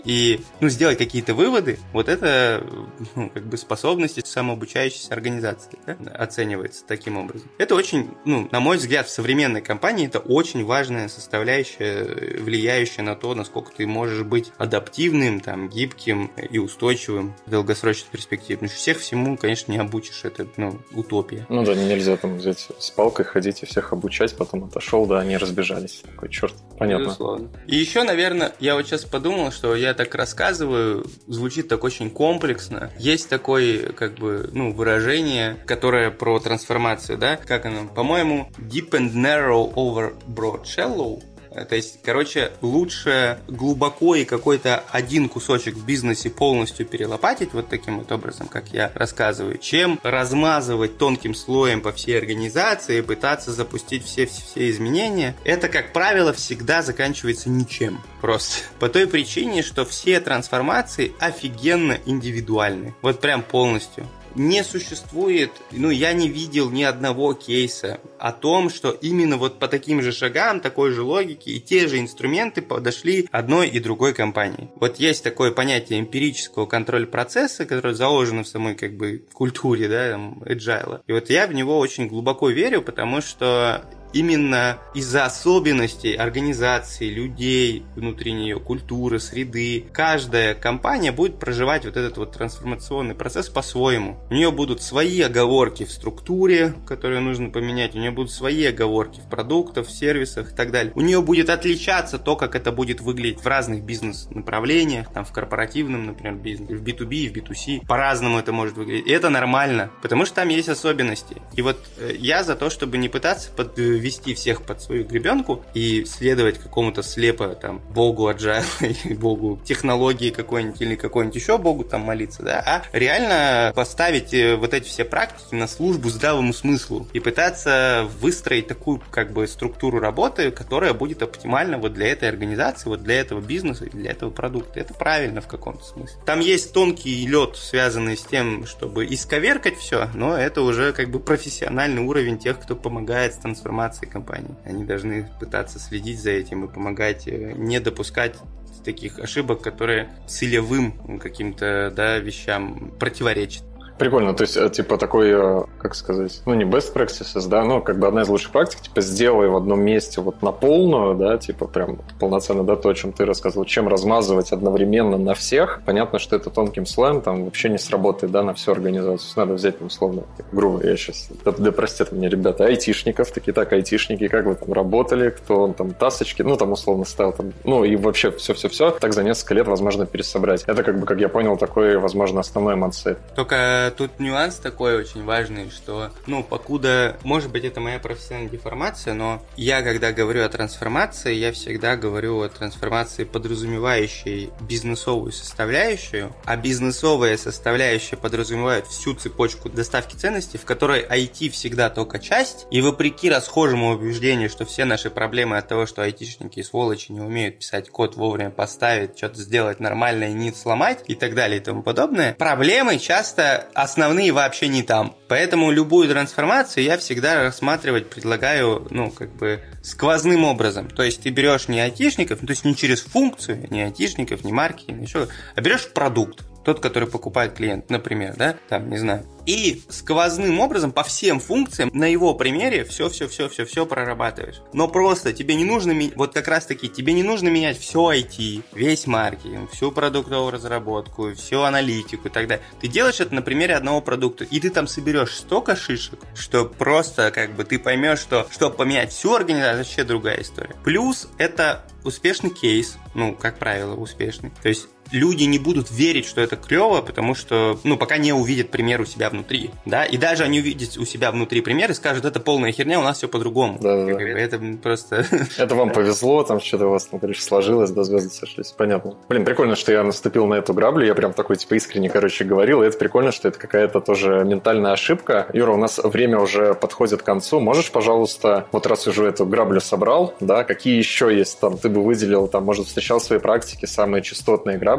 и ну, сделать какие-то выводы, вот это ну, как бы способности самообучающейся организации, да, оценивается таким образом. Это очень, ну, на мой взгляд, в современной компании это очень важная составляющая, влияющая на то, насколько ты можешь быть адаптивным, там, гибким и устойчивым в долгосрочной перспективе. Потому что всех всему, конечно, не обучишь, это ну, утопия. Ну да, нельзя там взять с палкой, ходить и всех обучать, потом отошел, да, они разбежались. Такой, черт, понятно. Безусловно. И еще, наверное, я вот сейчас подумал, что я так рассказываю, звучит так очень комплексно. Есть такое, как бы, ну, выражение, которое про трансформацию, да, как оно? По-моему, deep and narrow over broad shallow. То есть, короче, лучше глубоко и какой-то один кусочек в бизнесе полностью перелопатить вот таким вот образом, как я рассказываю, чем размазывать тонким слоем по всей организации и пытаться запустить все, все, все изменения. Это, как правило, всегда заканчивается ничем. Просто. По той причине, что все трансформации офигенно индивидуальны. Вот прям полностью. Не существует, ну, я не видел ни одного кейса о том, что именно вот по таким же шагам, такой же логике и те же инструменты подошли одной и другой компании. Вот есть такое понятие эмпирического контроля процесса, которое заложено в самой, как бы, культуре, да, там, agile. И вот я в него очень глубоко верю, потому что именно из-за особенностей организации, людей внутри нее, культуры, среды, каждая компания будет проживать вот этот вот трансформационный процесс по-своему. У нее будут свои оговорки в структуре, которые нужно поменять, у нее будут свои оговорки в продуктах, в сервисах и так далее. У нее будет отличаться то, как это будет выглядеть в разных бизнес-направлениях, там в корпоративном, например, бизнесе, в би ту би, в би ту си. По-разному это может выглядеть. И это нормально, потому что там есть особенности. И вот я за то, чтобы не пытаться под вести всех под свою гребенку и следовать какому-то слепо там богу agile или богу технологии какой-нибудь или какой-нибудь еще богу там молиться, да, а реально поставить вот эти все практики на службу здравому смыслу и пытаться выстроить такую как бы структуру работы, которая будет оптимальна вот для этой организации, вот для этого бизнеса и для этого продукта. Это правильно в каком-то смысле. Там есть тонкий лед, связанный с тем, чтобы исковеркать все, но это уже как бы профессиональный уровень тех, кто помогает с трансформацией компании. Они должны пытаться следить за этим и помогать не допускать таких ошибок, которые целевым каким-то, да, вещам противоречат. Прикольно, то есть, типа, такой, как сказать, ну, не best practices, да, но как бы одна из лучших практик, типа, сделай в одном месте вот на полную, да, типа, прям полноценно, да, то, о чем ты рассказывал, чем размазывать одновременно на всех. Понятно, что это тонким слоем там вообще не сработает, да, на всю организацию. Надо взять, там, условно, грубо, я сейчас, да, да простят меня, ребята, айтишников, такие, так, айтишники, как вы там работали, кто он там тасочки, ну, там, условно, ставил там, ну, и вообще все-все-все, так за несколько лет возможно пересобрать. Это, как бы, как я понял, такой, возможно, основной mindset. Только тут нюанс такой очень важный, что, ну, покуда, может быть, это моя профессиональная деформация, но я, когда говорю о трансформации, я всегда говорю о трансформации, подразумевающей бизнесовую составляющую, а бизнесовая составляющая подразумевает всю цепочку доставки ценностей, в которой ай ти всегда только часть, и вопреки расхожему убеждению, что все наши проблемы от того, что айтишники и сволочи не умеют писать код вовремя поставить, что-то сделать нормально и не сломать и так далее и тому подобное, проблемы часто основные вообще не там. Поэтому любую трансформацию я всегда рассматривать предлагаю, ну, как бы сквозным образом. То есть ты берешь не айтишников, то есть не через функцию, не айтишников, не маркетинг, еще, а берешь продукт. Тот, который покупает клиент, например, да, там, не знаю. И сквозным образом по всем функциям на его примере все-все-все-все-все прорабатываешь. Но просто тебе не нужно, вот как раз таки, тебе не нужно менять все ай ти, весь маркетинг, всю продуктовую разработку, всю аналитику и так далее. Ты делаешь это на примере одного продукта, и ты там соберешь столько шишек, что просто как бы ты поймешь, что чтобы поменять всю организацию, вообще другая история. Плюс это успешный кейс, ну, как правило, успешный. То есть люди не будут верить, что это клево, потому что, ну, пока не увидят пример у себя внутри, да, и даже они увидят у себя внутри пример и скажут, это полная херня, у нас все по-другому. Да, да, да. Это просто... Это вам повезло, там что-то у вас, там, короче, сложилось, да, звезды сошлись, понятно. Блин, прикольно, что я наступил на эту граблю, я прям такой, типа, искренне, короче, говорил, и это прикольно, что это какая-то тоже ментальная ошибка. Юра, у нас время уже подходит к концу, можешь, пожалуйста, вот раз уже эту граблю собрал, да, какие еще есть, там, ты бы выделил, там, может, встречал в своей практике самые частотные грабли,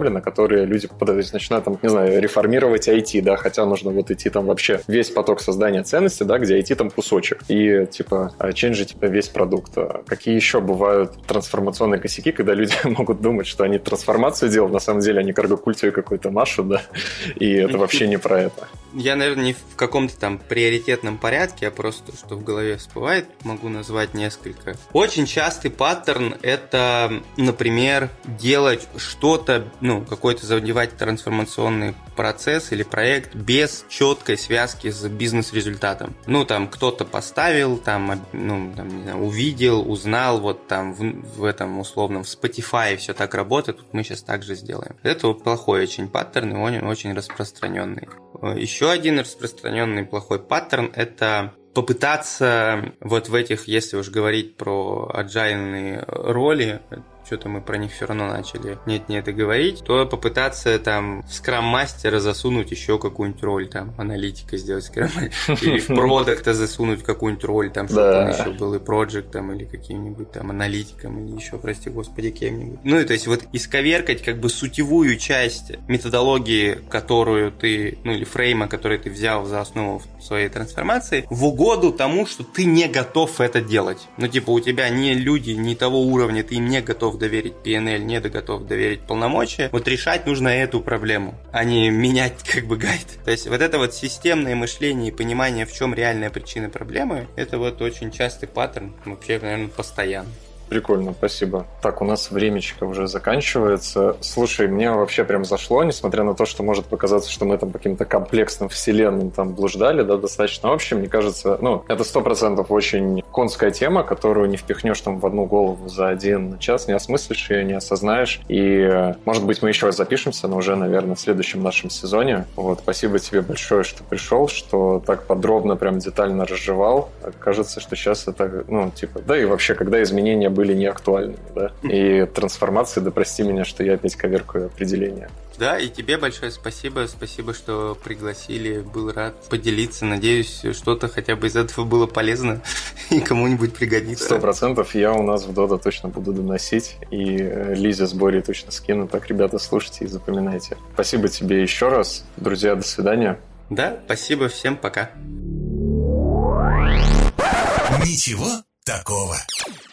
грабли, на которые люди попадают, начинают там, не знаю, реформировать ай ти, да, хотя нужно вот идти там вообще весь поток создания ценности, да, где ай ти там кусочек, и типа ченджить весь продукт. Какие еще бывают трансформационные косяки, когда люди могут думать, что они трансформацию делают, на самом деле они карго-культию какой-то машут, да, и это вообще не про это. Я, наверное, не в каком-то там приоритетном порядке, а просто, что в голове всплывает, могу назвать несколько. Очень частый паттерн – это, например, делать что-то, ну, какой-то задевать трансформационный процесс или проект без четкой связки с бизнес-результатом. Ну, там, кто-то поставил, там, ну, там, не знаю, увидел, узнал, вот там в, в этом условном, в Spotify все так работает, мы сейчас так же сделаем. Это плохой очень паттерн, и он очень распространенный. Еще один распространенный плохой паттерн – это попытаться вот в этих, если уж говорить про аджайльные роли, что-то мы про них все равно начали нет-нет и говорить, то попытаться там в скрам-мастера засунуть еще какую-нибудь роль, там, аналитика сделать скрам или в продакта засунуть какую-нибудь роль, там, чтобы да. он еще был и проджектом, или каким-нибудь там аналитиком, или еще, прости господи, кем-нибудь. Ну, и то есть вот исковеркать как бы сутевую часть методологии, которую ты, ну, или фрейма, который ты взял за основу своей трансформации, в угоду тому, что ты не готов это делать. Ну, типа, у тебя не люди не того уровня, ты им не готов доверить пи эн эл, не готов доверить полномочия. Вот решать нужно эту проблему, а не менять как бы гайд. То есть вот это вот системное мышление и понимание, в чем реальная причина проблемы, это вот очень частый паттерн, вообще, наверное, постоянно. Прикольно, спасибо. Так, у нас времечко уже заканчивается. Слушай, мне вообще прям зашло, несмотря на то, что может показаться, что мы там по каким-то комплексным вселенным там блуждали, да, достаточно общим. Мне кажется, ну, это сто процентов очень конская тема, которую не впихнешь там в одну голову за один час, не осмыслишь ее, не осознаешь. И, может быть, мы еще раз запишемся, но уже, наверное, в следующем нашем сезоне. Вот, спасибо тебе большое, что пришел, что так подробно, прям детально разжевал. Кажется, что сейчас это, ну, типа, да и вообще, когда изменения были не актуальными, да, и трансформации, да прости меня, что я опять коверкаю определение. Да, и тебе большое спасибо, спасибо, что пригласили, был рад поделиться, надеюсь, что-то хотя бы из этого было полезно и кому-нибудь пригодится. Сто процентов я у нас в Дода точно буду доносить, и Лизе с Борей точно скину, так, ребята, слушайте и запоминайте. Спасибо тебе еще раз, друзья, до свидания. Да, спасибо, всем пока. Ничего такого.